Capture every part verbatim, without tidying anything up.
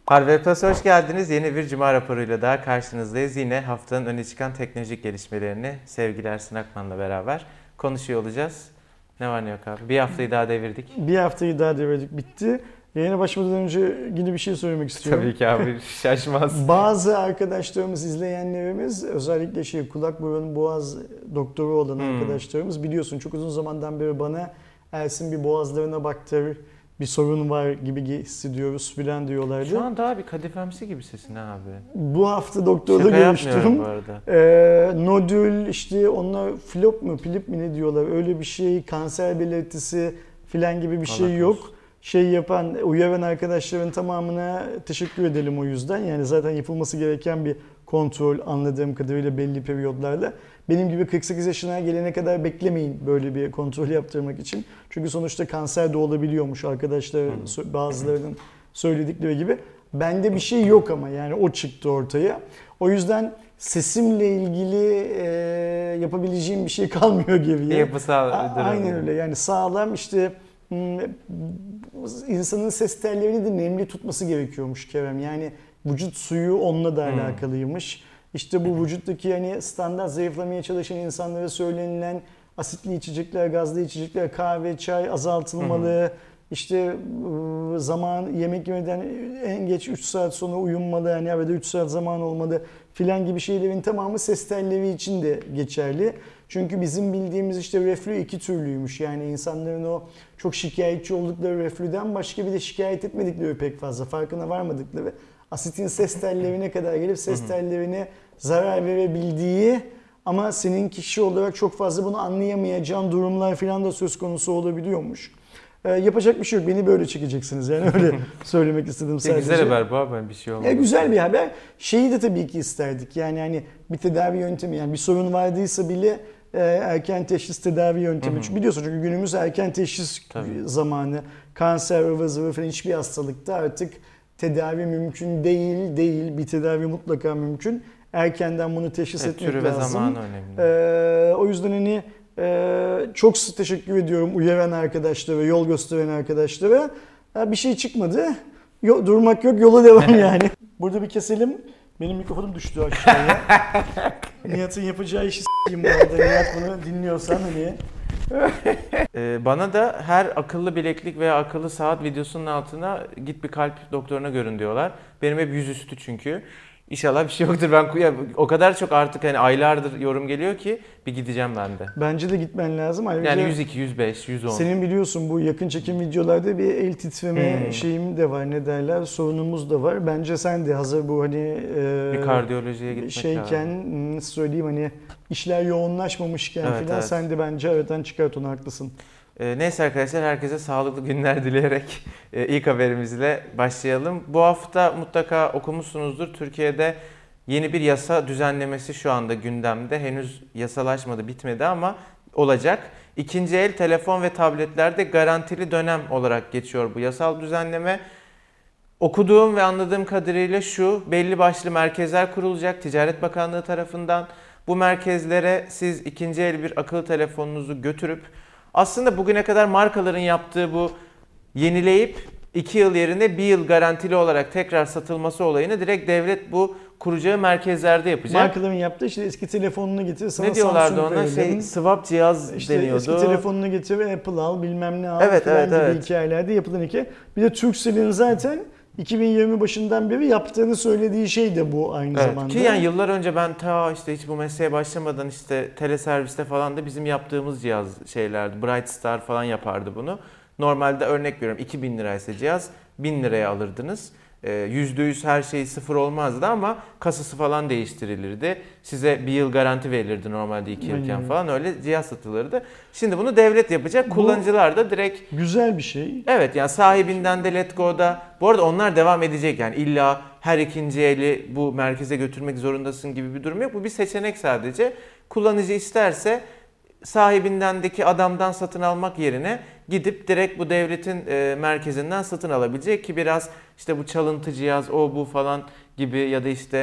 Harvard Plus'a hoş geldiniz. Yeni bir Cuma raporuyla daha karşınızdayız. Yine haftanın öne çıkan teknolojik gelişmelerini sevgili Ersin Akman'la beraber konuşuyor olacağız. Ne var ne yok abi? Bir haftayı daha devirdik. Bir haftayı daha devirdik, bitti. Yayına başlamadan önce yine bir şey söylemek istiyorum. Tabii ki abi, şaşmaz. Bazı arkadaşlarımız, izleyenlerimiz, özellikle şey kulak burun boğaz doktoru olan hmm. arkadaşlarımız biliyorsun çok uzun zamandan beri bana Ersin bir boğazlarına baktır, bir sorun var gibi hissediyoruz filan diyorlardı. Şu an daha bir kadifemsi gibi sesin abi. Bu hafta doktorla görüştüm. Bu arada. Ee, nodül işte onlar flop mu flip mi ne diyorlar öyle bir şey, kanser belirtisi filan gibi bir şey Allah yok. Olsun. Şey yapan, uyaran arkadaşların tamamına teşekkür edelim o yüzden. Yani zaten yapılması gereken bir kontrol anladığım kadarıyla belli periyodlarla. Benim gibi kırk sekiz yaşına gelene kadar beklemeyin böyle bir kontrol yaptırmak için. Çünkü sonuçta kanser de olabiliyormuş arkadaşlar hmm. bazılarının söyledikleri gibi. Bende bir şey yok ama yani o çıktı ortaya. O yüzden sesimle ilgili e, yapabileceğim bir şey kalmıyor geriye. Yapısal. Aynen öyle yani sağlam işte insanın ses tellerini de nemli tutması gerekiyormuş Kerem. Yani vücut suyu onunla da hmm. alakalıymış. İşte bu vücuttaki yani standart zayıflamaya çalışan insanlara söylenilen asitli içecekler, gazlı içecekler, kahve, çay azaltılmalı. Hmm. İşte zaman yemek yemeden en geç üç saat sonra uyunmalı. Yani arada üç saat zaman olmalı filan gibi şeylerin tamamı ses telleri için de geçerli. Çünkü bizim bildiğimiz işte reflü iki türlüymüş. Yani insanların o çok şikayetçi oldukları reflüden başka bir de şikayet etmedikleri pek fazla. Farkına varmadıkları. Asitin ses tellerine kadar gelip ses tellerine zarar verebildiği ama senin kişi olarak çok fazla bunu anlayamayacağın durumlar falan da söz konusu olabiliyormuş. Ee, yapacak bir şey yok. Beni böyle çekeceksiniz. Yani öyle söylemek istedim sadece. Güzel haber bu abi. Bir şey olmadı. E, güzel bir haber. Şeyi de tabii ki isterdik. Yani hani bir tedavi yöntemi. Yani bir sorun vardıysa bile e, erken teşhis tedavi yöntemi. Hı hı. Biliyorsun çünkü günümüz erken teşhis tabii. zamanı. Kanser, ıvır zıvır falan hiçbir hastalıkta artık tedavi mümkün değil. Değil. Bir tedavi mutlaka mümkün. Erkenden bunu teşhis evet, etmek türü lazım. Türü ve zamanı önemli. E, o yüzden hani Ee, çok teşekkür ediyorum uyaran arkadaşlara, yol gösteren arkadaşlara. Bir şey çıkmadı. Yo, durmak yok, yola devam yani. Burada bir keselim. Benim mikrofonum düştü aşağıya. Nihat'ın yapacağı işi s**eyim bu arada. Nihat bunu dinliyorsan hani. ee, bana da her akıllı bileklik veya akıllı saat videosunun altına git bir kalp doktoruna görün diyorlar. Benim hep yüzüstü çünkü. İnşallah bir şey yoktur. Ben o kadar çok artık hani aylardır yorum geliyor ki bir gideceğim ben de. Bence de gitmen lazım. Ayrıca yani yüz iki, yüz beş, yüz on. Senin biliyorsun bu yakın çekim videolarda bir el titreme hmm. şeyim de var. Ne derler? Sorunumuz da var. Bence sen de hazır bu hani e, bir kardiyolojiye gitmek şeyken lazım. Nasıl söyleyeyim hani işler yoğunlaşmamışken evet, falan evet. sen de bence aradan çıkart onu, haklısın. Neyse arkadaşlar, herkese sağlıklı günler dileyerek ilk haberimizle başlayalım. Bu hafta mutlaka okumuşsunuzdur. Türkiye'de yeni bir yasa düzenlemesi şu anda gündemde. Henüz yasalaşmadı, bitmedi ama olacak. İkinci el telefon ve tabletlerde garantili dönem olarak geçiyor bu yasal düzenleme. Okuduğum ve anladığım kadarıyla şu: belli başlı merkezler kurulacak Ticaret Bakanlığı tarafından. Bu merkezlere siz ikinci el bir akıllı telefonunuzu götürüp aslında bugüne kadar markaların yaptığı bu yenileyip iki yıl yerine bir yıl garantili olarak tekrar satılması olayını direkt devlet bu kuracağı merkezlerde yapacak. Markaların yaptığı işte eski telefonunu getir sana ne diyorlardı Samsung ona? Şey, swap cihaz işte deniyordu. Eski telefonunu getir Apple al bilmem ne al evet, falan evet, gibi evet. hikayelerde yapılan hikaye. Bir de Turkcell'in zaten iki bin yirmi başından beri yaptığını söylediği şey de bu aynı evet, zamanda. Ki yani yıllar önce ben ta işte hiç bu mesleğe başlamadan işte teleserviste falan da bizim yaptığımız cihaz şeylerdi. Bright Star falan yapardı bunu. Normalde örnek veriyorum iki bin liraysa cihaz bin liraya alırdınız. yüzde yüz her şey sıfır olmazdı ama kasası falan değiştirilirdi. Size bir yıl garanti verilirdi normalde iki yılken falan, öyle cihaz satılırdı. Şimdi bunu devlet yapacak. Bu, kullanıcılar da direkt... Güzel bir şey. Evet yani sahibinden de Letgo'da. Bu arada onlar devam edecek yani illa her ikinci eli bu merkeze götürmek zorundasın gibi bir durum yok. Bu bir seçenek sadece. Kullanıcı isterse sahibindendeki adamdan satın almak yerine gidip direkt bu devletin e, merkezinden satın alabilecek ki biraz işte bu çalıntı cihaz o bu falan gibi ya da işte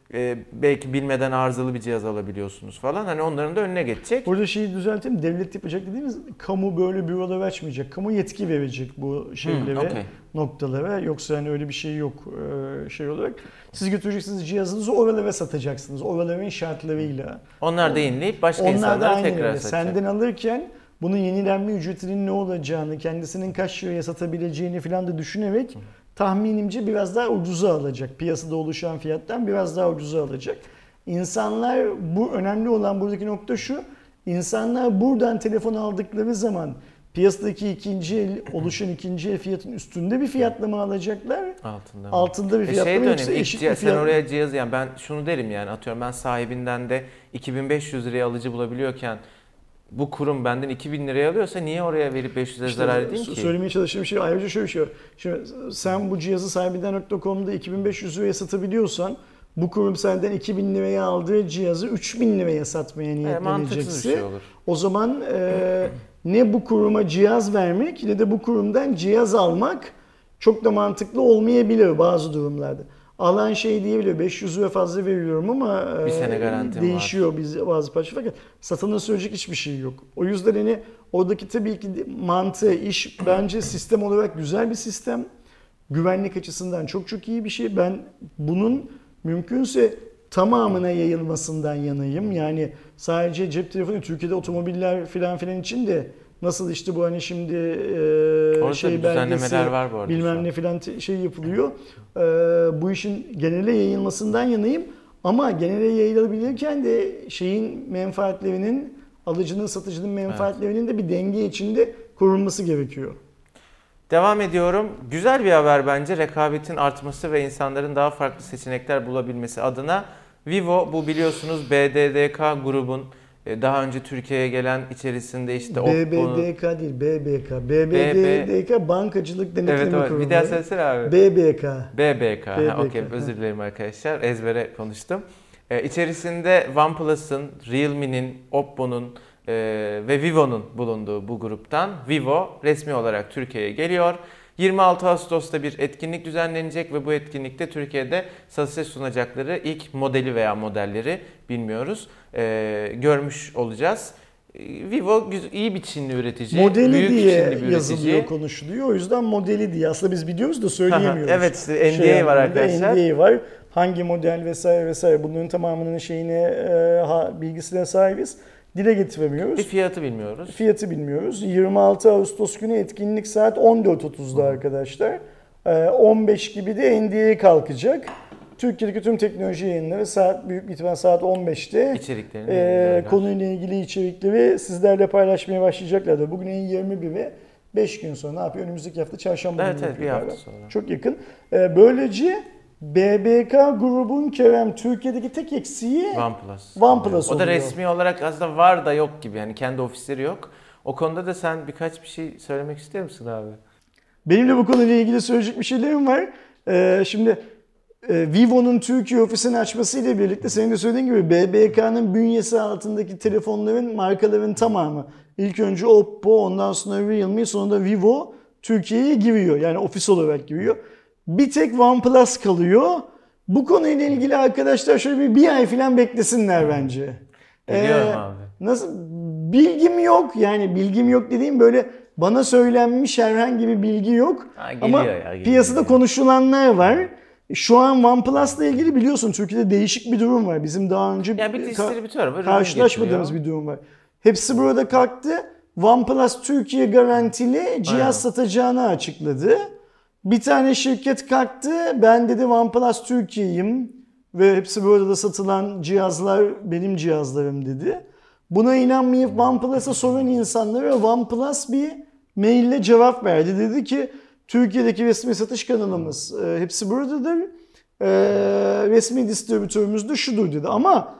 e, belki bilmeden arızalı bir cihaz alabiliyorsunuz falan. Hani onların da önüne geçecek. Burada şeyi düzeltelim. Devlet yapacak dediğimiz kamu böyle bürolar açmayacak. Kamu yetki verecek bu şeylere, hmm, okay. noktalara. Yoksa hani öyle bir şey yok şey olarak. Siz götüreceksiniz cihazınızı oralara satacaksınız. Oraların şartlarıyla. Onlar da yenileyip başka Onlar insanlara tekrar satacak. Senden alırken bunun yenilenme ücretinin ne olacağını, kendisinin kaç liraya satabileceğini falan da düşünerek tahminimce biraz daha ucuza alacak. Piyasada oluşan fiyattan biraz daha ucuza alacak. İnsanlar, bu önemli olan buradaki nokta şu. İnsanlar buradan telefon aldıkları zaman piyasadaki ikinci el, oluşan ikinci el fiyatın üstünde bir fiyatlama alacaklar. Altında. Altında bir fiyatlama e şey yoksa eşit cihaz, bir fiyat. Sen oraya cihaz, yani ben şunu derim, yani atıyorum ben sahibinden de iki bin beş yüz liraya alıcı bulabiliyorken bu kurum benden iki bin liraya alıyorsa niye oraya verip beş yüz lira işte zarar edeyim ki? Söylemeye çalıştığım şey ayrıca şöyle bir şey var. Şimdi sen bu cihazı sahibinden nokta com'da iki bin beş yüz liraya satabiliyorsan bu kurum senden iki bin liraya aldığı cihazı üç bin liraya satmaya niyetlenecekse, şey o zaman e, ne bu kuruma cihaz vermek ne de bu kurumdan cihaz almak çok da mantıklı olmayabilir bazı durumlarda. Alan şey diyebiliyor, beş yüz lira fazla veriyorum ama bir sene garantim değişiyor var. Biz, bazı parça, fakat satana söyleyecek hiçbir şey yok. O yüzden hani oradaki tabii ki mantığı, iş bence sistem olarak güzel bir sistem. Güvenlik açısından çok çok iyi bir şey. Ben bunun mümkünse tamamına yayılmasından yanayım. Yani sadece cep telefonu, Türkiye'de otomobiller filan filan için de nasıl işte bu hani şimdi e, şey belgesi var bu arada bilmem ne filan şey yapılıyor. E, bu işin genele yayılmasından yanayım. Ama genele yayılabilirken de şeyin menfaatlerinin, alıcının, satıcının menfaatlerinin de bir denge içinde korunması gerekiyor. Devam ediyorum. Güzel bir haber bence. Rekabetin artması ve insanların daha farklı seçenekler bulabilmesi adına. Vivo, bu biliyorsunuz B D D K grubun daha önce Türkiye'ye gelen, içerisinde işte B B D K değil, B B K. B B D K Bankacılık Denetleme evet, Kurumu. Bir daha söylesene abi. B B K. B B K. Okey, özür dilerim arkadaşlar. Ezbere konuştum. Ee, içerisinde OnePlus'ın, Realme'nin, Oppo'nun e, ve Vivo'nun bulunduğu bu gruptan Vivo resmi olarak Türkiye'ye geliyor. yirmi altı Ağustos'ta bir etkinlik düzenlenecek ve bu etkinlikte Türkiye'de satışa sunacakları ilk modeli veya modelleri bilmiyoruz. Ee, görmüş olacağız. Vivo iyi bir Çinli üretici. Modeli büyük diye Çinli bir yazılıyor, üretici. konuşuluyor. O yüzden modeli diye. Aslında biz biliyoruz da söyleyemiyoruz. Evet, işte N D A şey var arkadaşlar. N D A var. Hangi model vesaire vesaire, bunların tamamının şeyine e, ha, bilgisine sahibiz. Dile getiremiyoruz. Bir fiyatı bilmiyoruz. Fiyatı bilmiyoruz. yirmi altı Ağustos günü etkinlik saat on dört otuzda arkadaşlar. E, on beş gibi de N D A kalkacak. Türkiye'deki tüm teknoloji yayınları saat büyük bir ihtimal saat on beşte İçeriklerini e, konuyla ilgili içerikleri sizlerle paylaşmaya başlayacaklar. Bugün ayın yirmi biri, beş gün sonra ne yapıyor? Önümüzdeki hafta çarşamba evet, günü evet, bir hafta sonra. Çok yakın. E, böylece B B K grubun Kerem Türkiye'deki tek eksiği OnePlus. OnePlus o oluyor. da resmi olarak aslında var da yok gibi. Yani kendi ofisleri yok. O konuda da sen birkaç bir şey söylemek ister misin abi? Benim de bu konuyla ilgili söyleyecek bir şeylerim var. Ee, şimdi e, Vivo'nun Türkiye ofisini açmasıyla birlikte senin de söylediğin gibi B B K'nın bünyesi altındaki telefonların, markaların tamamı, İlk önce Oppo, ondan sonra Realme, sonra da Vivo Türkiye'ye giriyor. Yani ofis olarak giriyor. Bir tek OnePlus kalıyor. Bu konuyla ilgili arkadaşlar şöyle bir, bir ay falan beklesinler bence. Biliyorum ee, abi. Nasıl? Bilgim yok. Yani bilgim yok dediğim böyle bana söylenmiş herhangi bir bilgi yok. Ha, geliyor ama ya, geliyor piyasada ya. konuşulanlar var. Şu an OnePlus'la ilgili biliyorsun Türkiye'de değişik bir durum var. Bizim daha önce ya bir ka- karşılaşmadığımız bir durum var. Hepsi burada kalktı. OnePlus Türkiye garantili cihaz Aynen. satacağını açıkladı. Bir tane şirket kalktı. Ben dedi OnePlus Türkiye'yim ve hepsi burada da satılan cihazlar benim cihazlarım dedi. Buna inanmayıp OnePlus'a soran insanlara OnePlus bir maille cevap verdi. Dedi ki Türkiye'deki resmi satış kanalımız e, hepsi buradadır. E, resmi distribütörümüz de şudur dedi. Ama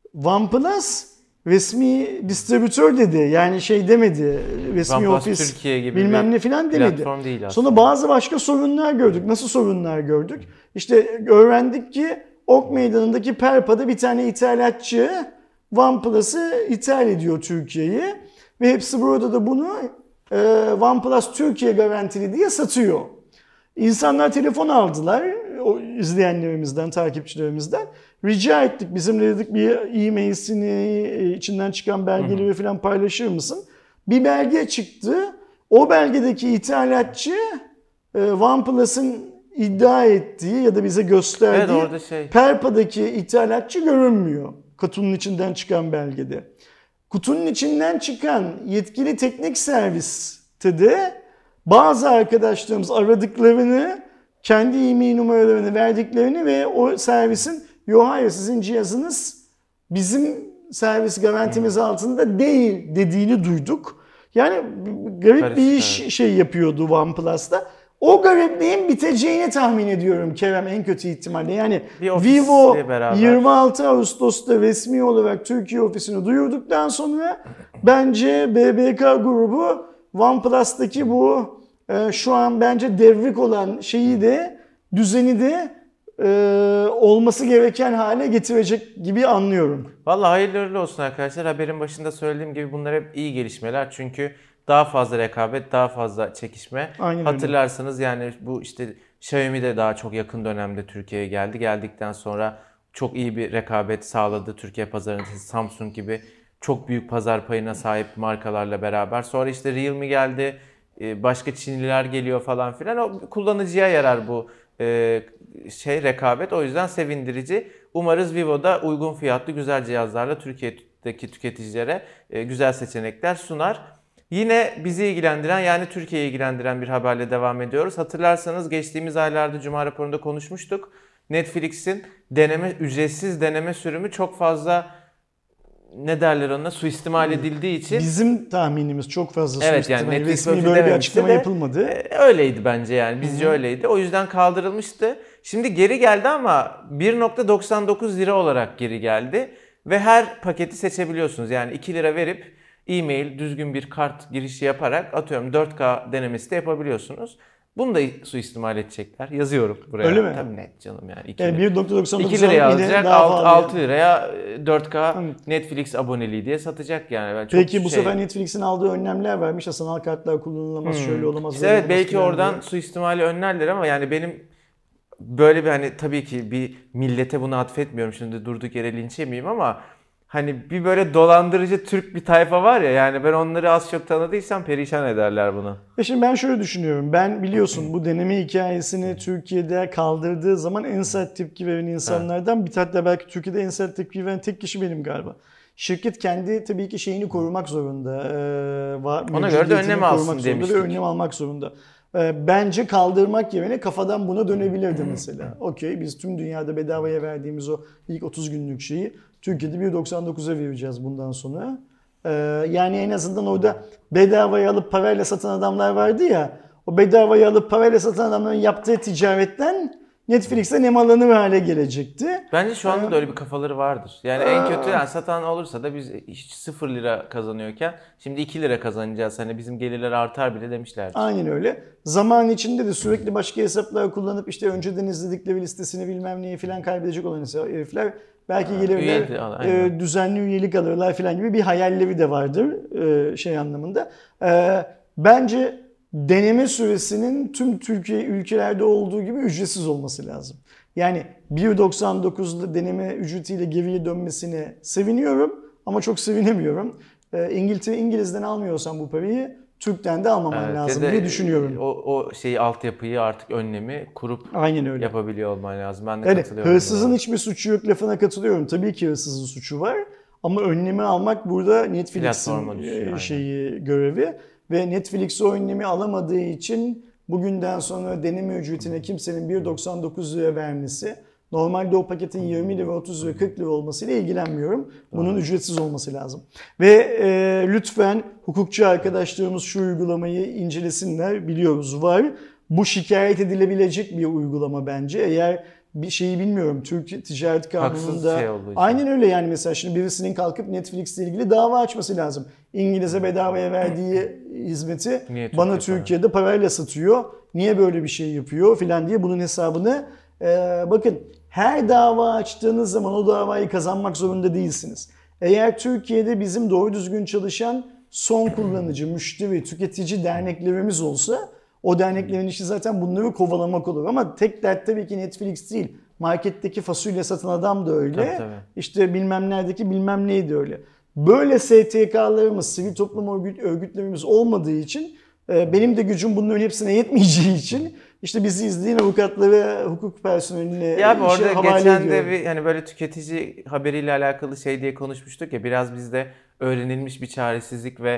OnePlus resmi distribütör dedi. Yani şey demedi. Resmi OnePlus ofis Türkiye gibi bilmem ne falan demedi. Sonra bazı başka sorunlar gördük. Nasıl sorunlar gördük? İşte öğrendik ki Ok Meydanı'ndaki Perpa'da bir tane ithalatçı OnePlus'ı ithal ediyor Türkiye'ye. Ve hepsi burada da bunu e, OnePlus Türkiye garantili diye satıyor. İnsanlar telefon aldılar. o izleyenlerimizden, takipçilerimizden rica ettik. Bizimle dedik bir e-mail'sini, içinden çıkan belgeleri falan paylaşır mısın? Bir belge çıktı. O belgedeki ithalatçı OnePlus'ın iddia ettiği ya da bize gösterdiği evet, orada şey... Perpa'daki ithalatçı görünmüyor. Kutunun içinden çıkan belgede. Kutunun içinden çıkan yetkili teknik serviste de bazı arkadaşlarımız aradıklarını, kendi e-mail numaralarını verdiklerini ve o servisin "Yo hayır, sizin cihazınız bizim servis garantimiz hmm. altında değil" dediğini duyduk. Yani garip Karışık, bir iş evet. şey yapıyordu OnePlus'ta. O garipliğin biteceğini tahmin ediyorum Kerem, en kötü ihtimalle. Yani Vivo yirmi altı Ağustos'ta resmi olarak Türkiye ofisini duyurduktan sonra bence B B K grubu OnePlus'taki bu e, şu an bence devrik olan şeyi de, düzeni de e, olması gereken hale getirecek gibi anlıyorum. Vallahi hayırlı uğurlu olsun arkadaşlar. Haberin başında söylediğim gibi bunlar hep iyi gelişmeler. Çünkü daha fazla rekabet, daha fazla çekişme. Aynen Hatırlarsınız öyle. Yani bu işte Xiaomi de daha çok yakın dönemde Türkiye'ye geldi. Geldikten sonra çok iyi bir rekabet sağladı Türkiye pazarında. Samsung gibi çok büyük pazar payına sahip markalarla beraber. Sonra işte Realme geldi, başka Çinliler geliyor falan filan. O kullanıcıya yarar bu şey rekabet. O yüzden sevindirici. Umarız Vivo da uygun fiyatlı güzel cihazlarla Türkiye'deki tüketicilere güzel seçenekler sunar. Yine bizi ilgilendiren, yani Türkiye'yi ilgilendiren bir haberle devam ediyoruz. Hatırlarsanız geçtiğimiz aylarda Cuma raporunda konuşmuştuk. Netflix'in deneme ücretsiz deneme sürümü çok fazla, ne derler ona, suistimal edildiği için. Bizim tahminimiz çok fazla evet, suistimal. Yani resmi böyle bir açıklama de, yapılmadı. Öyleydi bence yani. Bizce Hı-hı. öyleydi. O yüzden kaldırılmıştı. Şimdi geri geldi ama bir virgül doksan dokuz lira olarak geri geldi. Ve her paketi seçebiliyorsunuz. Yani iki lira verip e-mail, düzgün bir kart girişi yaparak atıyorum dört K denemesi de yapabiliyorsunuz. Bunu da suistimal edecekler. Yazıyorum buraya. Öyle mi? Tabii net canım yani. iki yani bir virgül doksan dokuz liraya alacak, altı liraya dört K Hı. Netflix aboneliği diye satacak yani. Ben çok Peki bu şey... sefer Netflix'in aldığı önlemler varmış. Ya sanal kartlar kullanılamaz, hmm. şöyle olamaz. İşte evet, belki oradan diye. Suistimali önlerler ama yani benim böyle bir, hani tabii ki bir millete bunu atfetmiyorum. Şimdi durduk yere linç yemeyeyim ama hani bir böyle dolandırıcı Türk bir tayfa var ya, yani ben onları az çok tanıdıysam perişan ederler bunu. E şimdi ben şöyle düşünüyorum. Ben biliyorsun bu deneme hikayesini Türkiye'de kaldırdığı zaman en sert tepki veren insanlardan bir, hatta belki Türkiye'de en sert tepki veren tek kişi benim galiba. Şirket kendi tabii ki şeyini korumak zorunda. Ee, Ona göre de önlem alsın demiştik. Önlem almak zorunda. Ee, bence kaldırmak yerine kafadan buna dönebilirdi mesela. Okey, biz tüm dünyada bedavaya verdiğimiz o ilk otuz günlük şeyi Türkiye'de bir virgül doksan dokuza vereceğiz bundan sonra. Ee, yani en azından orada bedavaya alıp parayla satan adamlar vardı ya. O bedavaya alıp parayla satan adamların yaptığı ticaretten Netflix'e nemalanır hale gelecekti. Bence şu anda ee, da öyle bir kafaları vardır. Yani en kötü yani satan olursa da biz hiç sıfır lira kazanıyorken şimdi iki lira kazanacağız. Hani bizim gelirler artar bile demişlerdi. Aynen öyle. Zaman içinde de sürekli başka hesaplar kullanıp işte önceden izledikleri listesini bilmem neyi falan kaybedecek olan herifler belki gelirler, e, düzenli üyelik alırlar falan gibi bir hayalleri de vardır e, şey anlamında. E, bence deneme süresinin tüm Türkiye ülkelerde olduğu gibi ücretsiz olması lazım. Yani bir virgül doksan dokuzlu deneme ücretiyle geriye dönmesine seviniyorum ama çok sevinemiyorum. E, İngiltere, İngiliz'den almıyorsan bu parayı Türk'ten de almaman evet, lazım diye düşünüyorum. O, o şeyi, altyapıyı artık, önlemi kurup Aynen öyle. yapabiliyor olman lazım. Ben de yani katılıyorum. Hırsızın buna. Hiçbir suçu yok lafına katılıyorum. Tabii ki hırsızın suçu var. Ama önlemi almak burada Netflix'in şeyi, görevi. Ve Netflix o önlemi alamadığı için bugünden sonra deneme ücretine kimsenin bir virgül doksan dokuz lira vermesi, normalde o paketin yirmi lira, otuz lira, kırk lira olmasıyla ilgilenmiyorum. Bunun Doğru. ücretsiz olması lazım. Ve e, lütfen hukukçu arkadaşlarımız şu uygulamayı incelesinler. Biliyoruz var. Bu şikayet edilebilecek bir uygulama bence. Eğer bir şeyi bilmiyorum, Türk Ticaret Kanunu'nda şey aynen öyle, yani mesela şimdi birisinin kalkıp Netflix'le ilgili dava açması lazım. İngiliz'e bedavaya verdiği hizmeti Niye bana Türkiye Türkiye'de para? parayla satıyor. Niye böyle bir şey yapıyor filan diye bunun hesabını e, bakın, her dava açtığınız zaman o davayı kazanmak zorunda değilsiniz. Eğer Türkiye'de bizim doğru düzgün çalışan son kullanıcı, müşteri, tüketici derneklerimiz olsa O derneklerin işi zaten bunları kovalamak olur. Ama tek dert tabii ki Netflix değil. Marketteki fasulye satan adam da öyle. Tabii, tabii. İşte bilmem neredeki bilmem neydi öyle. Böyle S T K'larımız, sivil toplum örgüt, örgütlerimiz olmadığı için, benim de gücüm bunların hepsine yetmeyeceği için işte bizi izleyen avukatları, hukuk personeline ya abi işe orada havale geçen ediyorum. de bir hani böyle tüketici haberiyle alakalı şey diye konuşmuştuk ya, biraz bizde öğrenilmiş bir çaresizlik ve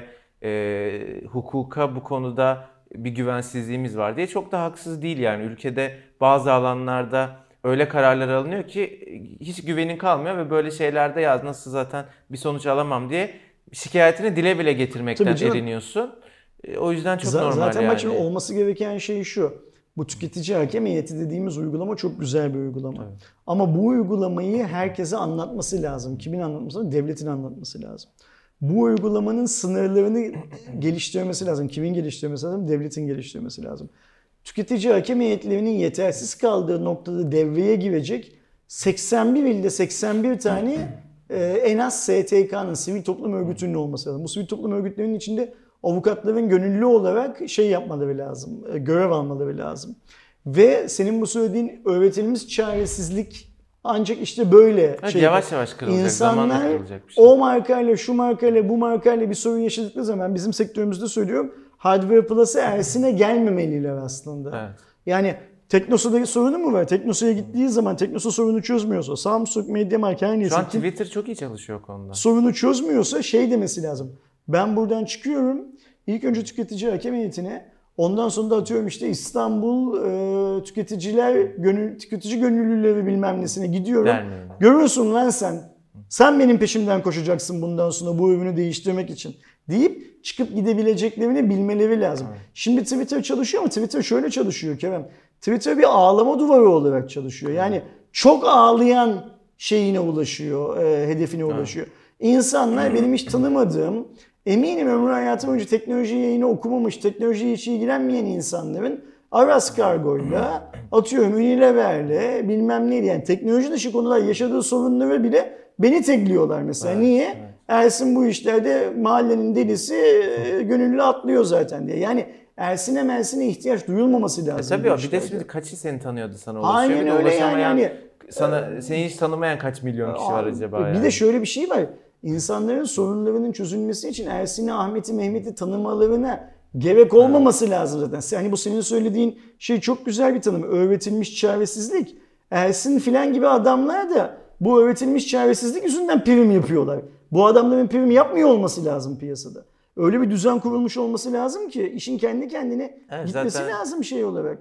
e, hukuka bu konuda bir güvensizliğimiz var diye. Çok da haksız değil yani, ülkede bazı alanlarda öyle kararlar alınıyor ki hiç güvenin kalmıyor ve böyle şeylerde ya nasıl zaten bir sonuç alamam diye şikayetini dile bile getirmekten eriniyorsun. O yüzden çok Z- normal zaten yani. Zaten olması gereken şey şu. Bu tüketici hakem heyeti dediğimiz uygulama çok güzel bir uygulama. Evet. Ama bu uygulamayı herkese anlatması lazım. Kimin anlatması lazım? Devletin anlatması lazım. Bu uygulamanın sınırlarını geliştirmesi lazım. Kimin geliştirmesi lazım? Devletin geliştirmesi lazım. Tüketici hakem heyetlerinin yetersiz kaldığı noktada devreye girecek seksen bir ilde seksen bir tane e, en az S T K'nın, sivil toplum örgütünün olması lazım. Bu sivil toplum örgütlerinin içinde avukatların gönüllü olarak şey yapmaları lazım, görev almaları lazım. Ve senin bu söylediğin öğretilmiş çaresizlik ancak işte böyle evet, şey. Yavaş yavaş kırılacak, zamanla kırılacak bir şey. O markayla, şu markayla, bu markayla bir sorun yaşadıkları zaman bizim sektörümüzde söylüyorum, Hardware Plus'a Ersin'e gelmemeliler aslında. Evet. Yani Teknosa'daki sorunu mu var? Teknosa'ya gittiği zaman Teknosa sorunu çözmüyorsa, Samsung, MediaMarkt her neyse. Şu an Twitter çok iyi çalışıyor o konuda. Sorunu çözmüyorsa şey demesi lazım. Ben buradan çıkıyorum. İlk önce tüketici hakem heyetine, ondan sonra da atıyorum işte İstanbul e, tüketiciler gönül, tüketici gönüllüleri bilmem nesine gidiyorum. Derneğine. Görüyorsun lan sen. Sen benim peşimden koşacaksın bundan sonra bu ürünü değiştirmek için deyip çıkıp gidebileceklerini bilmeleri lazım. Evet. Şimdi Twitter çalışıyor ama Twitter şöyle çalışıyor Kerem. Twitter bir ağlama duvarı olarak çalışıyor. Yani çok ağlayan şeyine ulaşıyor, e, hedefine ulaşıyor. Evet. İnsanlar benim hiç tanımadığım, eminim ömrü hayatı boyunca teknoloji yayını okumamış, teknolojiye hiç ilgilenmeyen insanların Aras Kargo'yla, atıyorum Unilever'le, bilmem neyle, yani teknoloji dışı konular yaşadığı sorunları bile beni tekliyorlar mesela. Evet, niye? Evet. Ersin bu işlerde mahallenin delisi, gönüllü atlıyor zaten diye. Yani Ersin'e Mersin'e ihtiyaç duyulmaması lazım. E tabii o. Bir de şimdi kaçı seni tanıyordu sana ulaşıyor. Aynen öyle yani. yani sana, seni hiç tanımayan kaç milyon kişi var acaba bir yani. Bir de şöyle bir şey var. İnsanların sorunlarının çözülmesi için Ersin'i, Ahmet'i, Mehmet'i tanımalarına gerek olmaması evet. lazım zaten. Hani bu senin söylediğin şey çok güzel bir tanım. Öğretilmiş çaresizlik. Ersin filan gibi adamlar da bu öğretilmiş çaresizlik yüzünden prim yapıyorlar. Bu adamların prim yapmıyor olması lazım piyasada. Öyle bir düzen kurulmuş olması lazım ki işin kendi kendine evet, gitmesi zaten lazım şey olarak.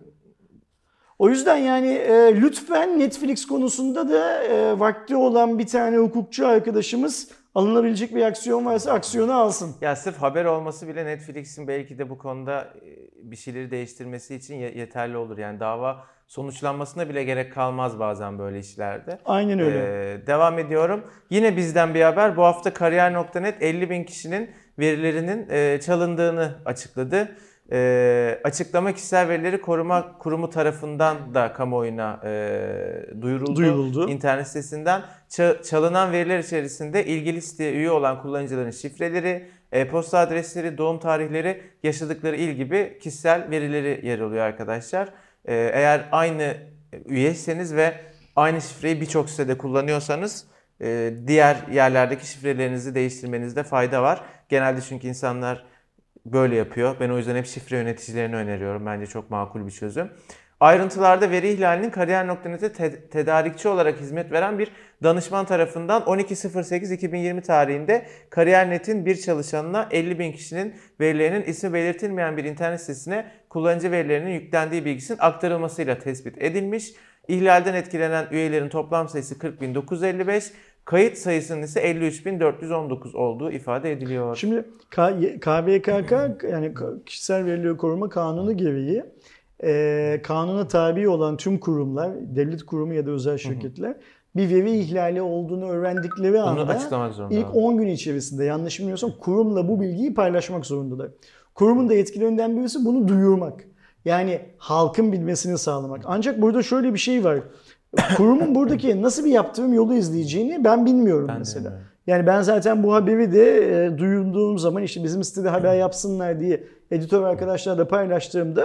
O yüzden yani e, lütfen Netflix konusunda da e, vakti olan bir tane hukukçu arkadaşımız alınabilecek bir aksiyon varsa aksiyonu alsın. Ya sırf haber olması bile Netflix'in belki de bu konuda bir şeyleri değiştirmesi için yeterli olur. Yani dava sonuçlanmasına bile gerek kalmaz bazen böyle işlerde. Aynen öyle. Ee, devam ediyorum. Yine bizden bir haber. Bu hafta kariyer nokta net elli bin kişinin verilerinin e, çalındığını açıkladı. E, açıklama kişisel verileri koruma kurumu tarafından da kamuoyuna e, duyuruldu. duyuruldu. İnternet sitesinden Ç- çalınan veriler içerisinde ilgili siteye üye olan kullanıcıların şifreleri, e-posta adresleri, doğum tarihleri, yaşadıkları il gibi kişisel verileri yer alıyor arkadaşlar. E, eğer aynı üyeyseniz ve aynı şifreyi birçok sitede kullanıyorsanız e, diğer yerlerdeki şifrelerinizi değiştirmenizde fayda var. Genelde çünkü insanlar böyle yapıyor. Ben o yüzden hep şifre yöneticilerini öneriyorum. Bence çok makul bir çözüm. Ayrıntılarda veri ihlalinin kariyer nokta net'e te- tedarikçi olarak hizmet veren bir danışman tarafından on iki Ekim iki bin yirmi tarihinde Kariyer nokta net'in bir çalışanına elli bin kişinin verilerinin ismi belirtilmeyen bir internet sitesine kullanıcı verilerinin yüklendiği bilgisinin aktarılmasıyla tespit edilmiş. İhlalden etkilenen üyelerin toplam sayısı kırk bin dokuz yüz elli beş, kayıt sayısının ise elli üç bin dört yüz on dokuz olduğu ifade ediliyor. Şimdi K B K K yani Kişisel Verileri Koruma Kanunu gereği e, kanuna tabi olan tüm kurumlar, devlet kurumu ya da özel şirketler hı hı. bir veri ihlali olduğunu öğrendikleri Bunu anda ilk on gün içerisinde yanlış bilmiyorsam kurumla bu bilgiyi paylaşmak zorundalar. Kurumun da yetkilerinden birisi bunu duyurmak. Yani halkın bilmesini sağlamak. Ancak burada şöyle bir şey var. Kurumun buradaki nasıl bir yaptırım yolu izleyeceğini ben bilmiyorum ben mesela. De yani ben zaten bu haberi de e, duyurduğum zaman işte bizim sitede haber yapsınlar diye editör arkadaşlarla paylaştığımda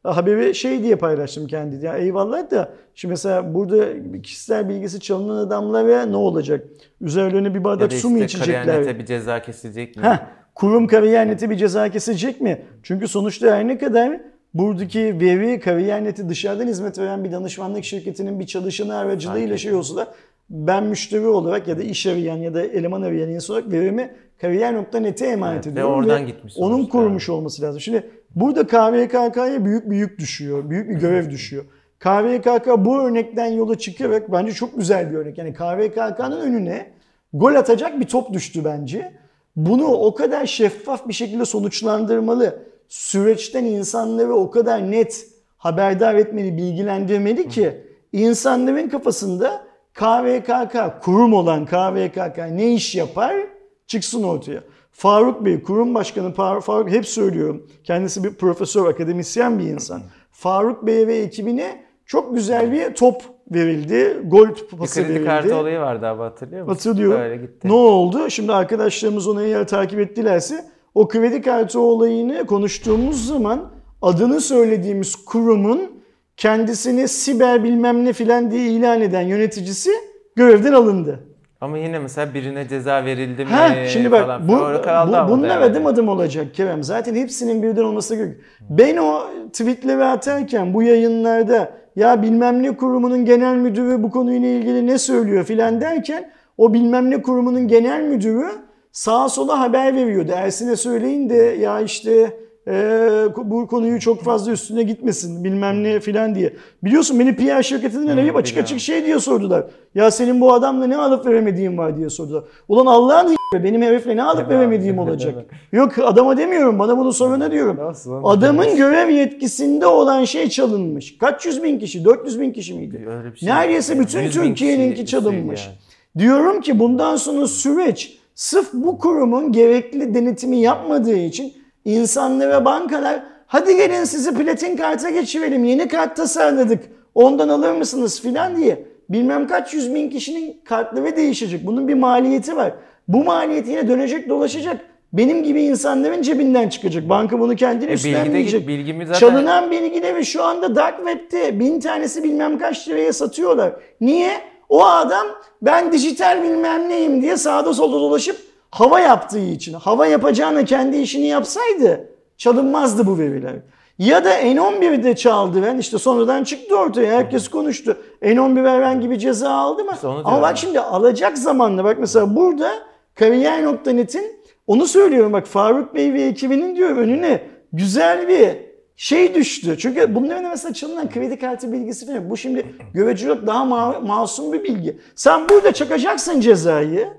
haberi şey diye paylaştım kendi. Ya eyvallah da şimdi mesela burada kişisel bilgisi çalınan adamlara ne olacak? Üzerlerine bir bardak ya su mu işte içecekler? Kariyernet'e bir ceza kesilecek mi? Heh, kurum Kariyernet'e bir ceza kesecek mi? Çünkü sonuçta her ne kadar buradaki veri Kariyernet'e dışarıdan hizmet veren bir danışmanlık şirketinin bir çalışanı aracılığıyla şey olsa da ben müşteri olarak ya da iş arayan ya da eleman arayan insan olarak verimi kariyer nokta net'e emanet evet, ediyorum. Ve oradan ve gitmiş. onun sonuçta. kurmuş olması lazım. Şimdi burada K V K K'ya büyük bir yük düşüyor. Büyük bir görev düşüyor. K V K K bu örnekten yola çıkarak bence çok güzel bir örnek. Yani K V K K'nın önüne gol atacak bir top düştü bence. Bunu o kadar şeffaf bir şekilde sonuçlandırmalı. Süreçten insanları o kadar net haberdar etmeli, bilgilendirmeli ki insanların kafasında K V K K, kurum olan K V K K ne iş yapar çıksın ortaya. Faruk Bey, kurum başkanı Faruk, hep söylüyorum. Kendisi bir profesör, akademisyen bir insan. Faruk Bey ve ekibine çok güzel bir top verildi. Gol pası verildi. Bir kredi kartı olayı vardı abi, hatırlıyor musun? Hatırlıyorum. Öyle gitti. Ne oldu? Şimdi arkadaşlarımız onu eğer takip ettilerse o kredi kartı olayını konuştuğumuz zaman adını söylediğimiz kurumun kendisini siber bilmem ne filan diye ilan eden yöneticisi görevden alındı. Ama yine mesela birine ceza verildi mi Ha, şimdi bak falan. bu, bu, bunlar yani. adım adım olacak Kerem. Zaten hepsinin birden olması gerekiyor. Ben o tweetleri atarken bu yayınlarda ya bilmem ne kurumunun genel müdürü bu konuyla ilgili ne söylüyor filan derken o bilmem ne kurumunun genel müdürü sağa sola haber veriyordu. Ersin'e söyleyin de ya işte Ee, bu konuyu çok fazla üstüne gitmesin bilmem ne filan diye. Biliyorsun beni P R şirketinden arayıp açık biliyorum. açık şey diye sordular. Ya senin bu adamla ne alıp veremediğin var diye sordular. Ulan Allah'ın h***e benim herifle ne alıp veremediğim olacak. Yok adama demiyorum, bana bunu sorana diyorum. Adamın görev yetkisinde olan şey çalınmış. Kaç yüz bin kişi? dört yüz bin kişi miydi? Şey Neredeyse yani. bütün Türkiye'ninki çalınmış. Yani. Diyorum ki bundan sonra süreç sırf bu kurumun gerekli denetimi yapmadığı için İnsanlara bankalar hadi gelin sizi platin karta geçirelim, yeni kart tasarladık, ondan alır mısınız filan diye bilmem kaç yüz bin kişinin kartları değişecek. Bunun bir maliyeti var. Bu maliyeti yine dönecek dolaşacak. Benim gibi insanların cebinden çıkacak. Banka bunu kendini e, üstlenmeyecek. Bilgi zaten... Çalınan bilgileri şu anda Dark Web'te bin tanesi bilmem kaç liraya satıyorlar. Niye? O adam ben dijital bilmem neyim diye sağda solda dolaşıp hava yaptığı için, hava yapacağına kendi işini yapsaydı çalınmazdı bu veriler. Ya da N on bir'de çaldı ben işte sonradan çıktı ortaya herkes konuştu. N on bir herhangi bir ceza aldı mı? Ama bak şimdi alacak zamanla bak mesela burada kariyer nokta net'in onu söylüyorum bak Faruk Bey ve ekibinin diyor önüne güzel bir şey düştü. Çünkü bunların mesela çalınan kredi kartı bilgisi falan. Bu şimdi görecilik daha ma- masum bir bilgi. Sen burada çakacaksın cezayı.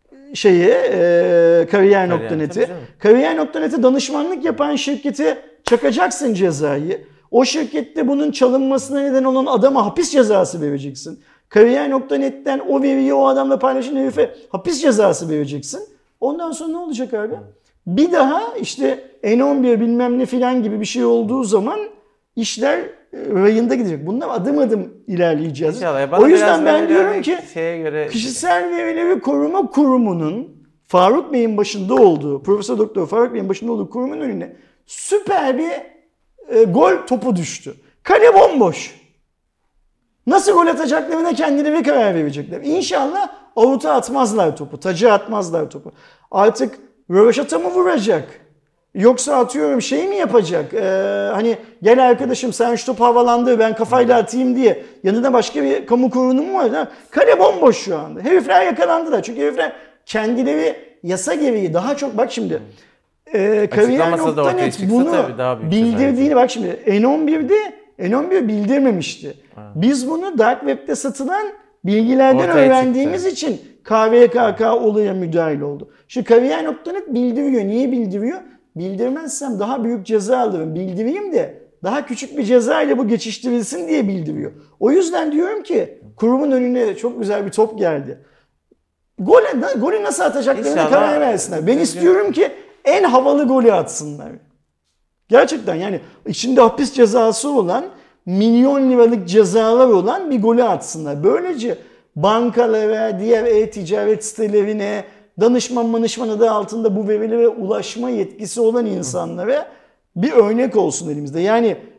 Şeyi e, kariyer nokta net'i. kariyer nokta net'e danışmanlık yapan şirkete çakacaksın cezayı. O şirkette bunun çalınmasına neden olan adama hapis cezası vereceksin. kariyer nokta net'ten o veriyi o adamla paylaşan herife hapis cezası vereceksin. Ondan sonra ne olacak abi? Bir daha işte N on bir bilmem ne filan gibi bir şey olduğu zaman işler rayında gidecek. Bundan adım adım ilerleyeceğiz. İnşallah. O yüzden ben diyorum ki göre... kişisel verileri koruma kurumunun Faruk Bey'in başında olduğu, Profesör Doktor Faruk Bey'in başında olduğu kurumun önüne süper bir e, gol topu düştü. Kale bomboş. Nasıl gol atacaklarına kendileri karar verecekler. İnşallah avuta atmazlar topu, tacı atmazlar topu. Artık röveşata mı vuracak? Yoksa atıyorum şey mi yapacak? Ee, hani gel arkadaşım sen şu topu havalandır ben kafayla atayım diye. Yanında başka bir kamu kurumu mu var? Ha? Kale bomboş şu anda. Herifler yakalandılar. Çünkü herifler kendileri yasa gereği daha çok bak şimdi. E, kariyer nokta net bunu bildirdiğini bak şimdi. N on bir'de N on bir bildirmemişti. Ha. Biz bunu Dark Web'de satılan bilgilerden ortaya öğrendiğimiz çıktı. için K V K K olaya müdahil oldu. Şu kariyer nokta net bildiriyor. Niye bildiriyor? Bildirmezsem daha büyük ceza alırım. Bildireyim de daha küçük bir ceza ile bu geçiştirilsin diye bildiriyor. O yüzden diyorum ki kurumun önüne çok güzel bir top geldi. Golü, golü nasıl atacaklarına karar versinler. Ben istiyorum ki en havalı golü atsınlar. Gerçekten yani içinde hapis cezası olan, milyon liralık cezalar olan bir golü atsınlar. Böylece bankalara, diğer e-ticaret sitelerine, danışman manışman adı altında bu verilere ulaşma yetkisi olan insanlara bir örnek olsun elimizde. Yani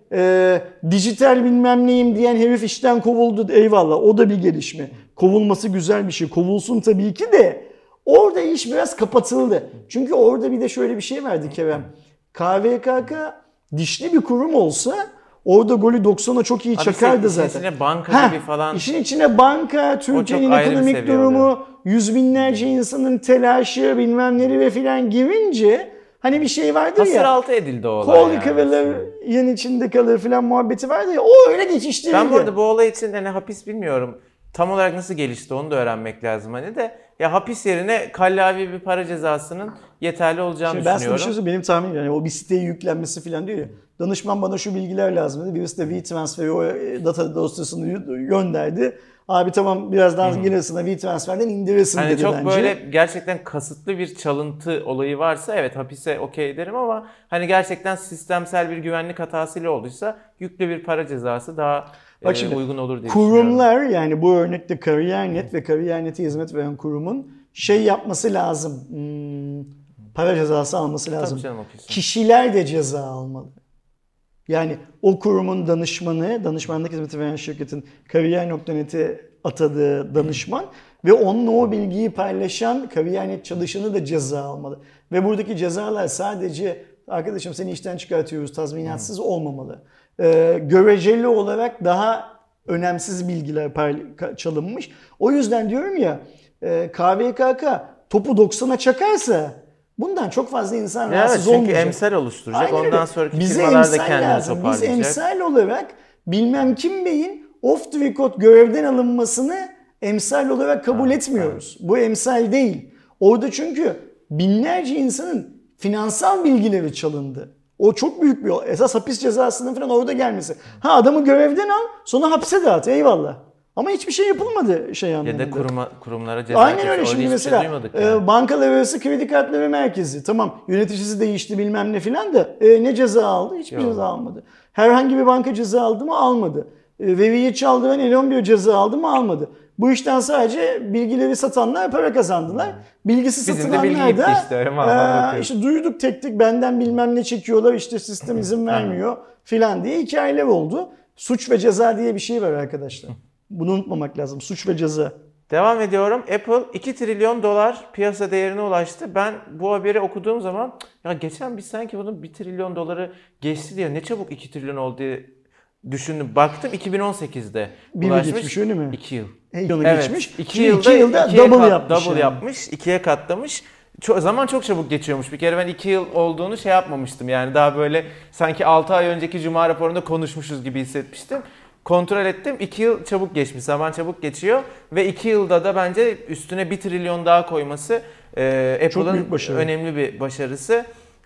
e, dijital bilmem neyim diyen herif işten kovuldu. Eyvallah, o da bir gelişme. Kovulması güzel bir şey. Kovulsun tabii ki de. Orada iş biraz kapatıldı. Çünkü orada bir de şöyle bir şey vardı Kerem. K V K K dişli bir kurum olsa orada golü doksana çok iyi Abi çakardı işin zaten. içine banka Heh, gibi falan. İşin içine banka, Türkiye'nin ayrı bir ekonomik seviye durumu, oluyor. yüz binlerce insanın telaşı bilmem neleri ve filan girince hani bir şey vardır Hasır ya. altı edildi o olay Kol yani. kıvrılır, yan içinde kalır filan muhabbeti vardı ya. O öyle geçiştirildi. Ben bu arada bu olay için hani hapis bilmiyorum. Tam olarak nasıl gelişti onu da öğrenmek lazım hani de. Ya hapis yerine kallavi bir para cezasının yeterli olacağını Şimdi ben sana düşünüyorum. bir şey söyleyeyim, benim tahminim yani o bir siteye yüklenmesi falan diyor ya. Danışman bana şu bilgiler lazım dedi. Birisi de WeTransfer'e o data dosyasını gönderdi. Abi tamam birazdan gelirsin de WeTransfer'den indirirsin Hani dedi çok bence. böyle gerçekten kasıtlı bir çalıntı olayı varsa evet hapise okey derim ama hani gerçekten sistemsel bir güvenlik hatasıyla olduysa yüklü bir para cezası daha Bak e, şimdi, uygun olur diye düşünüyorum. kurumlar yani bu örnekte Kariyer.net ve Kariyer.net'e hizmet veren kurumun şey yapması lazım. Hmm, para cezası alması lazım. Tabii canım, haklısın. Kişiler de ceza almalı. Yani o kurumun danışmanı, danışmanlık hizmeti veren şirketin Kariyer.net'e atadığı danışman ve onunla o bilgiyi paylaşan Kariyer.net çalışanı da ceza almalı. Ve buradaki cezalar sadece arkadaşım seni işten çıkartıyoruz tazminatsız olmamalı. Ee, göreceli olarak daha önemsiz bilgiler payla- çalınmış. O yüzden diyorum ya e, K V K K topu doksana çakarsa bundan çok fazla insan Evet, rahatsız çünkü olmayacak. emsal oluşturacak. Aynen öyle. Ondan sonraki Bize firmalar da emsal kendini lazım. Biz toparlayacak. emsal olarak bilmem kim beyin off the record görevden alınmasını emsal olarak kabul Evet, etmiyoruz. Bu emsal değil. Orada çünkü binlerce insanın finansal bilgileri çalındı. O çok büyük bir olay. Esas hapis cezasının falan orada gelmesi. Ha adamı görevden al sonra hapse dağıt eyvallah. Ama hiçbir şey yapılmadı şey anlamında. Ya da kuruma, kurumlara ceza Aynen kesin. öyle. Orada Şimdi hiçbir mesela şey duymadık e, yani. bankalar arası kredi kartları merkezi. Tamam yöneticisi değişti bilmem ne filan da e, ne ceza aldı? Hiçbir Yok. ceza almadı. Herhangi bir banka ceza aldı mı? Almadı. E, veriyi çaldıran elon bir ceza aldı mı? Almadı. Bu işten sadece bilgileri satanlar para kazandılar. Bilgisi Bizim de bilgi satılanlar gitti da işte, öyle mi? Anlamak e, işte duyduk tek tek benden bilmem ne çekiyorlar işte sistem izin vermiyor filan diye hikayeler oldu. Suç ve ceza diye bir şey var arkadaşlar. Bunu unutmamak lazım. Suç ve ceza. Devam ediyorum. Apple iki trilyon dolar piyasa değerine ulaştı. Ben bu haberi okuduğum zaman ya geçen biz sanki bunun bir trilyon doları geçti diye ne çabuk iki trilyon oldu diye düşündüm. Baktım iki bin on sekizde Bir yıl ulaşmış. geçmiş öyle mi? iki yıl. Yılı Evet. geçmiş. iki Şimdi yılda, iki yılda ikiye double kat- yapmış. Double yani. yapmış. ikiye katlamış. Çok, zaman çok çabuk geçiyormuş. Bir kere ben iki yıl olduğunu şey yapmamıştım. Yani daha böyle sanki altı ay önceki Cuma raporunda konuşmuşuz gibi hissetmiştim. Kontrol ettim. iki yıl çabuk geçmiş. Zaman çabuk geçiyor. Ve iki yılda da bence üstüne bir trilyon daha koyması e, Apple'ın büyük başarı. önemli bir başarısı.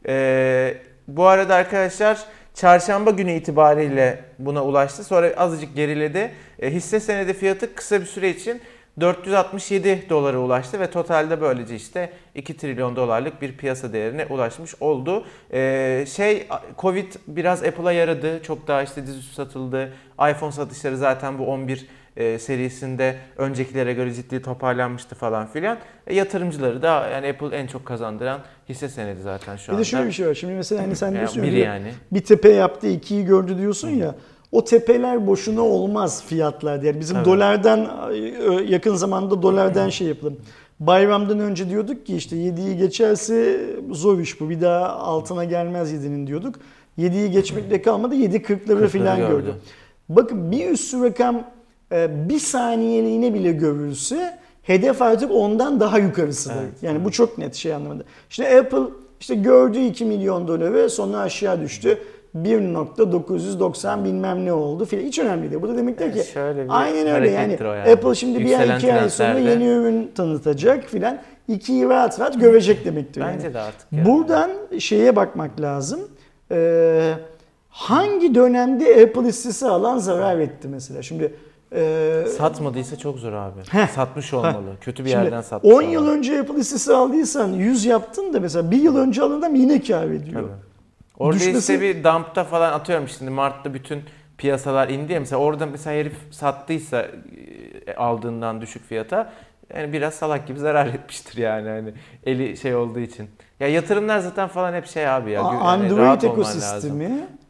E, bu arada arkadaşlar çarşamba günü itibariyle buna ulaştı. Sonra azıcık geriledi. E, hisse senedi fiyatı kısa bir süre için dört yüz altmış yedi dolara ulaştı ve totalde böylece işte iki trilyon dolarlık bir piyasa değerine ulaşmış oldu. Ee, şey Covid biraz Apple'a yaradı. Çok daha işte dizüstü satıldı. iPhone satışları zaten bu on bir e, serisinde öncekilere göre ciddi toparlanmıştı falan filan. E, yatırımcıları da yani Apple en çok kazandıran hisse senedi zaten şu Bir anda. de şöyle bir şey var. Şimdi mesela hani sen Yani diyorsun biri ya, yani. bir tepe yaptı ikiyi gördü diyorsun ya. O tepeler boşuna olmaz fiyatlar diye. Bizim Tabii. dolardan yakın zamanda dolardan şey yapalım. Bayramdan önce diyorduk ki işte yediyi geçerse zor iş bu. Bir daha altına gelmez yedinin diyorduk. yediyi geçmekle kalmadı. yedi kırkları falan gördü. gördü. Bakın bir üstü rakam bir saniyeliğine bile görülse hedef artık ondan daha yukarısıdır. Evet, yani evet. bu çok net şey anlamında. İşte Apple işte gördü iki milyon doları sonra aşağı düştü. bir nokta dokuz yüz doksan bilmem ne oldu filan. Hiç önemli değil. Bu da demektir ki Şöyle bir aynen öyle yani, harekettir o yani. Apple şimdi bir ay Yükselen iki ay sonra trendlerle. yeni ürün tanıtacak filan. İkiyi rahat rahat görecek demektir. Bence yani. de artık yani. Buradan şeye bakmak lazım. Ee, hangi dönemde Apple hissesi alan zarar etti mesela? Şimdi e, Satmadıysa çok zor abi. Heh. Satmış olmalı. Kötü bir Şimdi yerden satmış on olmalı. yıl önce Apple hissesi aldıysan yüz yaptın da mesela bir yıl önce alan adam yine kâr ediyor. Tabii. Orada Düşmesi- işte bir dump'ta falan atıyorum şimdi Mart'ta bütün piyasalar indi ya mesela orada mesela herif sattıysa e, aldığından düşük fiyata yani biraz salak gibi zarar etmiştir yani hani eli şey olduğu için. Ya yatırımlar zaten falan hep şey abi ya. A- yani Android rahat olman lazım. ekosistemi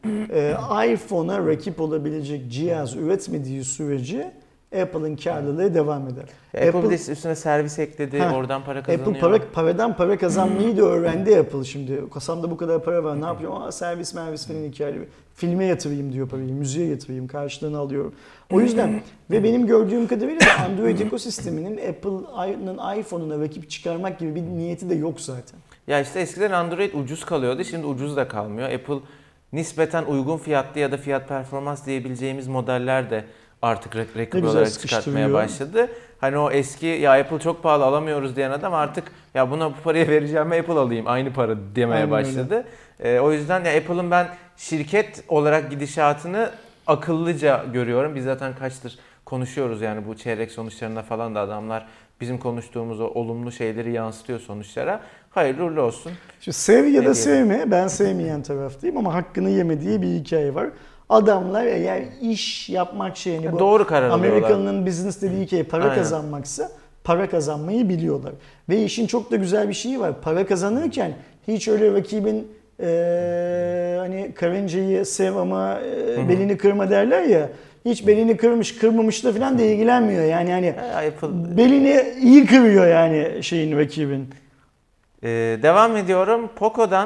e, iPhone'a rakip olabilecek cihaz üretmediği sürece Apple'ın karlılığı devam eder. Apple, Apple de üstüne servis ekledi, ha, oradan para kazanıyor. Apple para, paradan para kazanmayı da öğrendi Apple şimdi. Kasamda bu kadar para var, ne yapıyorum? Aa, servis mervis falan hikaye. Filme yatırayım diyor parayı, müziğe yatırayım, karşılığını alıyorum. O yüzden ve benim gördüğüm kadarıyla da Android ekosisteminin Apple'ın iPhone'una rakip çıkarmak gibi bir niyeti de yok zaten. Ya işte eskiden Android ucuz kalıyordu, şimdi ucuz da kalmıyor. Apple nispeten uygun fiyatlı ya da fiyat performans diyebileceğimiz modeller de artık rakip olarak çıkartmaya başladı. Hani o eski ya Apple çok pahalı alamıyoruz diyen adam artık ya buna bu parayı vereceğime Apple alayım aynı para demeye Aynen başladı. Ee, o yüzden ya Apple'ın ben şirket olarak gidişatını akıllıca görüyorum. Biz zaten kaçtır konuşuyoruz yani bu çeyrek sonuçlarında falan da adamlar bizim konuştuğumuz o olumlu şeyleri yansıtıyor sonuçlara. Hayırlı uğurlu olsun. Şu sev ya da sevme, ben sevmeyen taraftayım ama hakkını yemediği bir hikaye var. Adamlar eğer iş yapmak şeyini bu doğru karar Amerikalı'nın business dediği ki para Aynen. kazanmaksa para kazanmayı biliyorlar. Ve işin çok da güzel bir şeyi var. Para kazanırken hiç öyle rakibin e, hani karıncayı sev ama e, belini kırma derler ya. Hiç belini kırmış kırmamışla falan da ilgilenmiyor. Yani hani Apple... belini iyi kırıyor yani şeyin rakibin. Ee, devam ediyorum. Poco'dan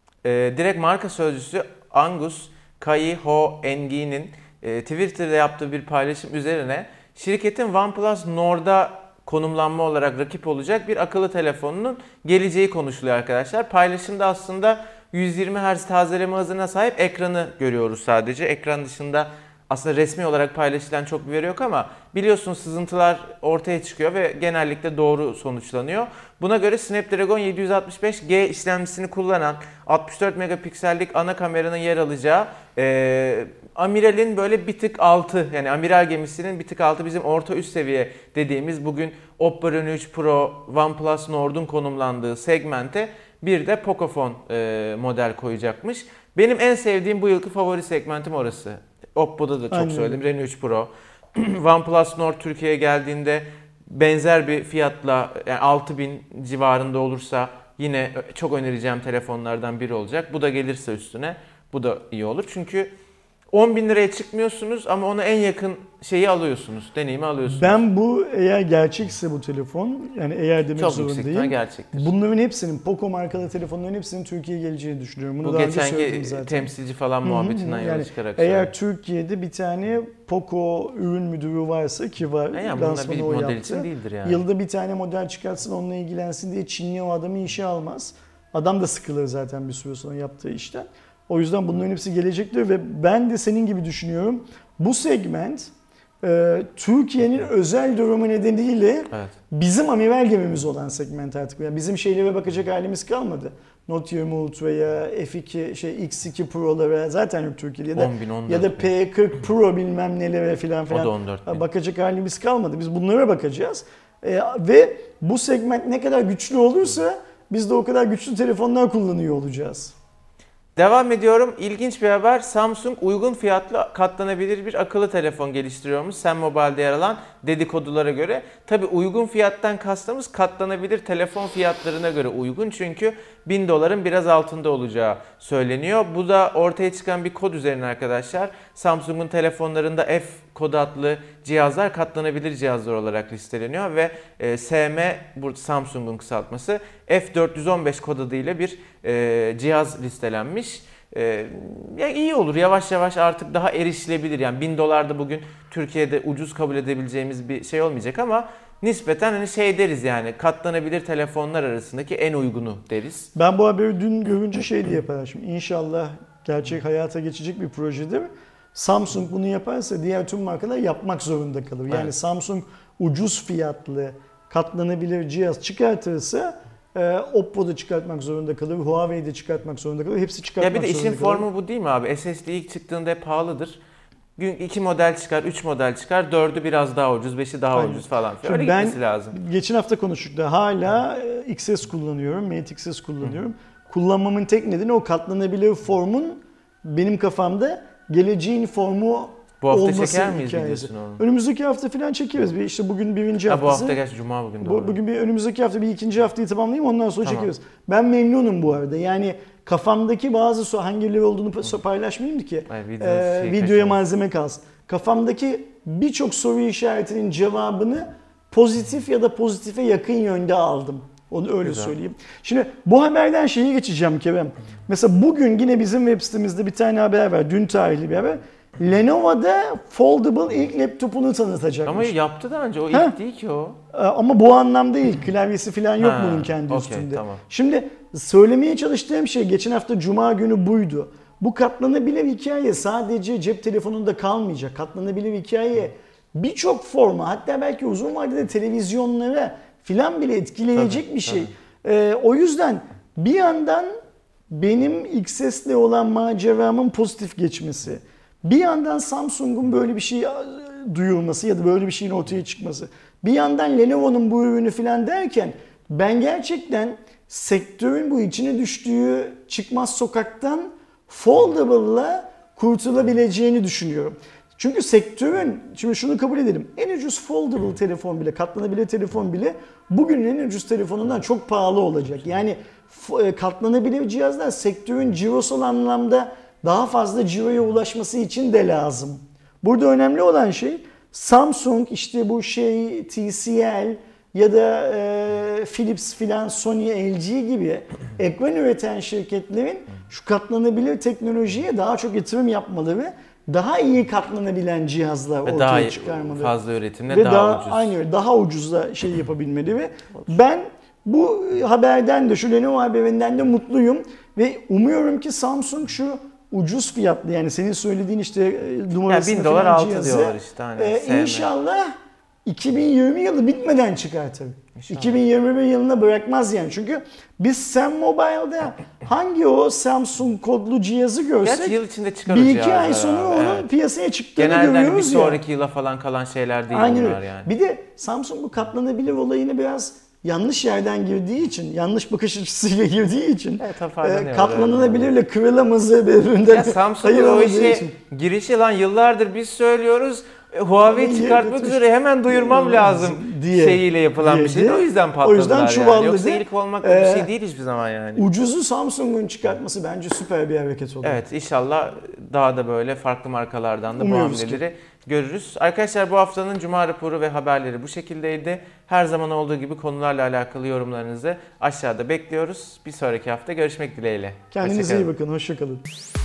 e, direkt marka sözcüsü Angus Kai Ho Engi'nin e, Twitter'da yaptığı bir paylaşım üzerine şirketin OnePlus Nord'a konumlanma olarak rakip olacak bir akıllı telefonunun geleceği konuşuluyor arkadaşlar. Paylaşımda aslında yüz yirmi hertz tazeleme hızına sahip ekranı görüyoruz sadece. Ekran dışında aslında resmi olarak paylaşılan çok bir veri yok ama biliyorsunuz sızıntılar ortaya çıkıyor ve genellikle doğru sonuçlanıyor. Buna göre Snapdragon yedi yüz altmış beş G işlemcisini kullanan altmış dört megapiksellik ana kameranın yer alacağı e, amiralin böyle bir tık altı yani amiral gemisinin bir tık altı bizim orta üst seviye dediğimiz bugün Oppo Reno üç Pro, OnePlus Nord'un konumlandığı segmente bir de Pocophone e, model koyacakmış. Benim en sevdiğim bu yılki favori segmentim orası. Oppo'da da çok Aynen. söyledim. Reno üç Pro. OnePlus Nord Türkiye'ye geldiğinde benzer bir fiyatla yani altı bin civarında olursa yine çok önereceğim telefonlardan biri olacak. Bu da gelirse üstüne bu da iyi olur. Çünkü on bin liraya çıkmıyorsunuz ama ona en yakın şeyi alıyorsunuz. Deneyimi alıyorsunuz. Ben bu eğer gerçekse bu telefon yani eğer demek çok zorundayım. Gerçektir. Bunların hepsinin Poco markalı telefonların hepsinin Türkiye'ye geleceğini düşünüyorum. Bunu bu daha geçenki önce söyledim zaten. Temsilci falan muhabbetinden yola yani çıkarak eğer söyleyeyim. Türkiye'de bir tane Poco ürün müdürü varsa ki var. E yani lansmanı o yaptı. Için değildir yani. Yılda bir tane model çıkartsın onunla ilgilensin diye Çinli o adamı işe almaz. Adam da sıkılır zaten bir süre sonra yaptığı işten. O yüzden bunların hepsi gelecektir ve ben de senin gibi düşünüyorum. Bu segment e, Türkiye'nin özel durumu nedeniyle evet. bizim amiral gemimiz olan segment artık. Yani bizim şeylere bakacak halimiz kalmadı. Note yirmi Ultra'ya, F iki, şey X iki Pro'lara zaten yok Türkiye'de ya da, on bin, on dört ya da P kırk Pro bilmem nelere falan filan bakacak halimiz kalmadı. Biz bunlara bakacağız. E, ve bu segment ne kadar güçlü olursa biz de o kadar güçlü telefonlar kullanıyor olacağız. Devam ediyorum. İlginç bir haber. Samsung uygun fiyatlı katlanabilir bir akıllı telefon geliştiriyormuş. Sen Mobile'de yer alan dedikodulara göre. Tabi uygun fiyattan kastımız katlanabilir telefon fiyatlarına göre uygun. Çünkü bin doların biraz altında olacağı söyleniyor. Bu da ortaya çıkan bir kod üzerine arkadaşlar. Samsung'un telefonlarında F kodu adlı cihazlar katlanabilir cihazlar olarak listeleniyor ve e, S M bu Samsung'un kısaltması F dört yüz on beş kod adıyla bir e, cihaz listelenmiş. E, yani iyi olur yavaş yavaş artık daha erişilebilir. Yani bin dolarda bugün Türkiye'de ucuz kabul edebileceğimiz bir şey olmayacak ama nispeten hani şey deriz yani katlanabilir telefonlar arasındaki en uygunu deriz. Ben bu haberi dün görünce şey diye paylaştım. İnşallah gerçek hayata geçecek bir projedir. Samsung bunu yaparsa diğer tüm markalar yapmak zorunda kalır. Yani evet. Samsung ucuz fiyatlı katlanabilir cihaz çıkartırsa e, Oppo'da çıkartmak zorunda kalır, Huawei'de çıkartmak zorunda kalır. Hepsi çıkartmak zorunda kalır. Ya bir de işin formu bu değil mi abi? S S D ilk çıktığında hep pahalıdır. Gün iki model çıkar, üç model çıkar, dördü biraz daha ucuz, beşi daha Aynen. ucuz falan. Öyle ben gitmesi lazım. Geçen hafta konuştuk da hala X S kullanıyorum, Mate X S kullanıyorum. Hı. Kullanmamın tek nedeni o katlanabilir formun benim kafamda geleceğin formu Bu hafta olması çeker miyiz hikayesi. videosunu onun? Önümüzdeki hafta falan çekeriz. Bir işte bugün birinci Ha, haftası. bu hafta gerçi Cuma bugün Bu, doğru. bugün bir önümüzdeki hafta bir ikinci haftayı tamamlayayım ondan sonra Tamam. çekeriz. Ben memnunum bu arada. Yani kafamdaki bazı soru hangileri olduğunu paylaşmayayım ki Hayır, video e, şey videoya kaçırmış. malzeme kalsın. Kafamdaki birçok soru işaretinin cevabını pozitif ya da pozitife yakın yönde aldım. Onu öyle Güzel. söyleyeyim. Şimdi bu haberden şeye geçeceğim Kerem. Mesela bugün yine bizim web sitemizde bir tane haber var. Dün tarihli bir haber. Lenovo'da foldable ilk laptopunu tanıtacakmış. Ama yaptı da önce o Ha? ilk değil ki o. Ama bu anlamda değil. Klavyesi falan yok Ha, bunun kendi okey, üstünde. tamam. Şimdi söylemeye çalıştığım şey geçen hafta Cuma günü buydu. Bu katlanabilir hikaye sadece cep telefonunda kalmayacak. Katlanabilir hikaye birçok forma, hatta belki uzun vadede televizyonlara filan bile etkileyecek Tabii, bir şey. Ee, o yüzden bir yandan benim X S'le olan maceramın pozitif geçmesi, bir yandan Samsung'un böyle bir şey duyurması ya da böyle bir şeyin ortaya çıkması, bir yandan Lenovo'nun bu ürünü filan derken ben gerçekten sektörün bu içine düştüğü çıkmaz sokaktan foldable'la kurtulabileceğini düşünüyorum. Çünkü sektörün, şimdi şunu kabul edelim, en ucuz foldable telefon bile, katlanabilir telefon bile bugünün en ucuz telefonundan çok pahalı olacak. Yani katlanabilir cihazlar sektörün cirosal anlamda daha fazla ciroya ulaşması için de lazım. Burada önemli olan şey Samsung, işte bu şey T C L ya da e, Philips filan, Sony, L G gibi ekran üreten şirketlerin şu katlanabilir teknolojiye daha çok yatırım yapmaları, daha iyi katlanabilen cihazlar Ve ortaya daha çıkarmaları. fazla üretimle Ve daha, daha, ucuz. aynı öyle, daha ucuzla şey yapabilmeleri. Ben bu haberden de, şu Lenovo haberinden de mutluyum ve umuyorum ki Samsung şu ucuz fiyatlı, yani senin söylediğin işte numarasını bin dolar falan altı cihazı, diyorlar işte, hani e, sevme. inşallah iki bin yirmi yılı bitmeden çıkartır. İnşallah. iki bin yirmi bir yılına bırakmaz yani. Çünkü biz Sam Mobile'da hangi o Samsung kodlu cihazı görsek Gerçi yıl içinde çıkar o bir iki cihazlar ay sonra abi, onun evet. piyasaya çıktığını Genelde bir görüyoruz ya. sonraki yıla falan kalan şeyler değil Aynen bunlar öyle. yani. Bir de Samsung bu katlanabilir olayını biraz yanlış yerden girdiği için, yanlış bakış açısıyla girdiği için Evet, toparlanıyor. e, katlanabilirle kırılamazı birbirinden Ya Samsung'un o ayıramadığı işe için. girişi lan yıllardır biz söylüyoruz. E, Huawei Ama çıkartmak götür- üzere hemen duyurmam lazım diye- şeyiyle yapılan bir diyedi. şey. O yüzden O patladılar yüzden yani. çuvalladı. Yoksa ilk olmak Ee, bir şey değil hiçbir zaman yani. Ucuzu Samsung'un çıkartması bence süper bir hareket oldu. Evet, inşallah daha da böyle farklı markalardan da bu Umuyoruz hamleleri görürüz. Arkadaşlar, bu haftanın Cuma raporu ve haberleri bu şekildeydi. Her zaman olduğu gibi konularla alakalı yorumlarınızı aşağıda bekliyoruz. Bir sonraki hafta görüşmek dileğiyle. Kendinize Hoşça kalın. iyi bakın. Hoşça kalın.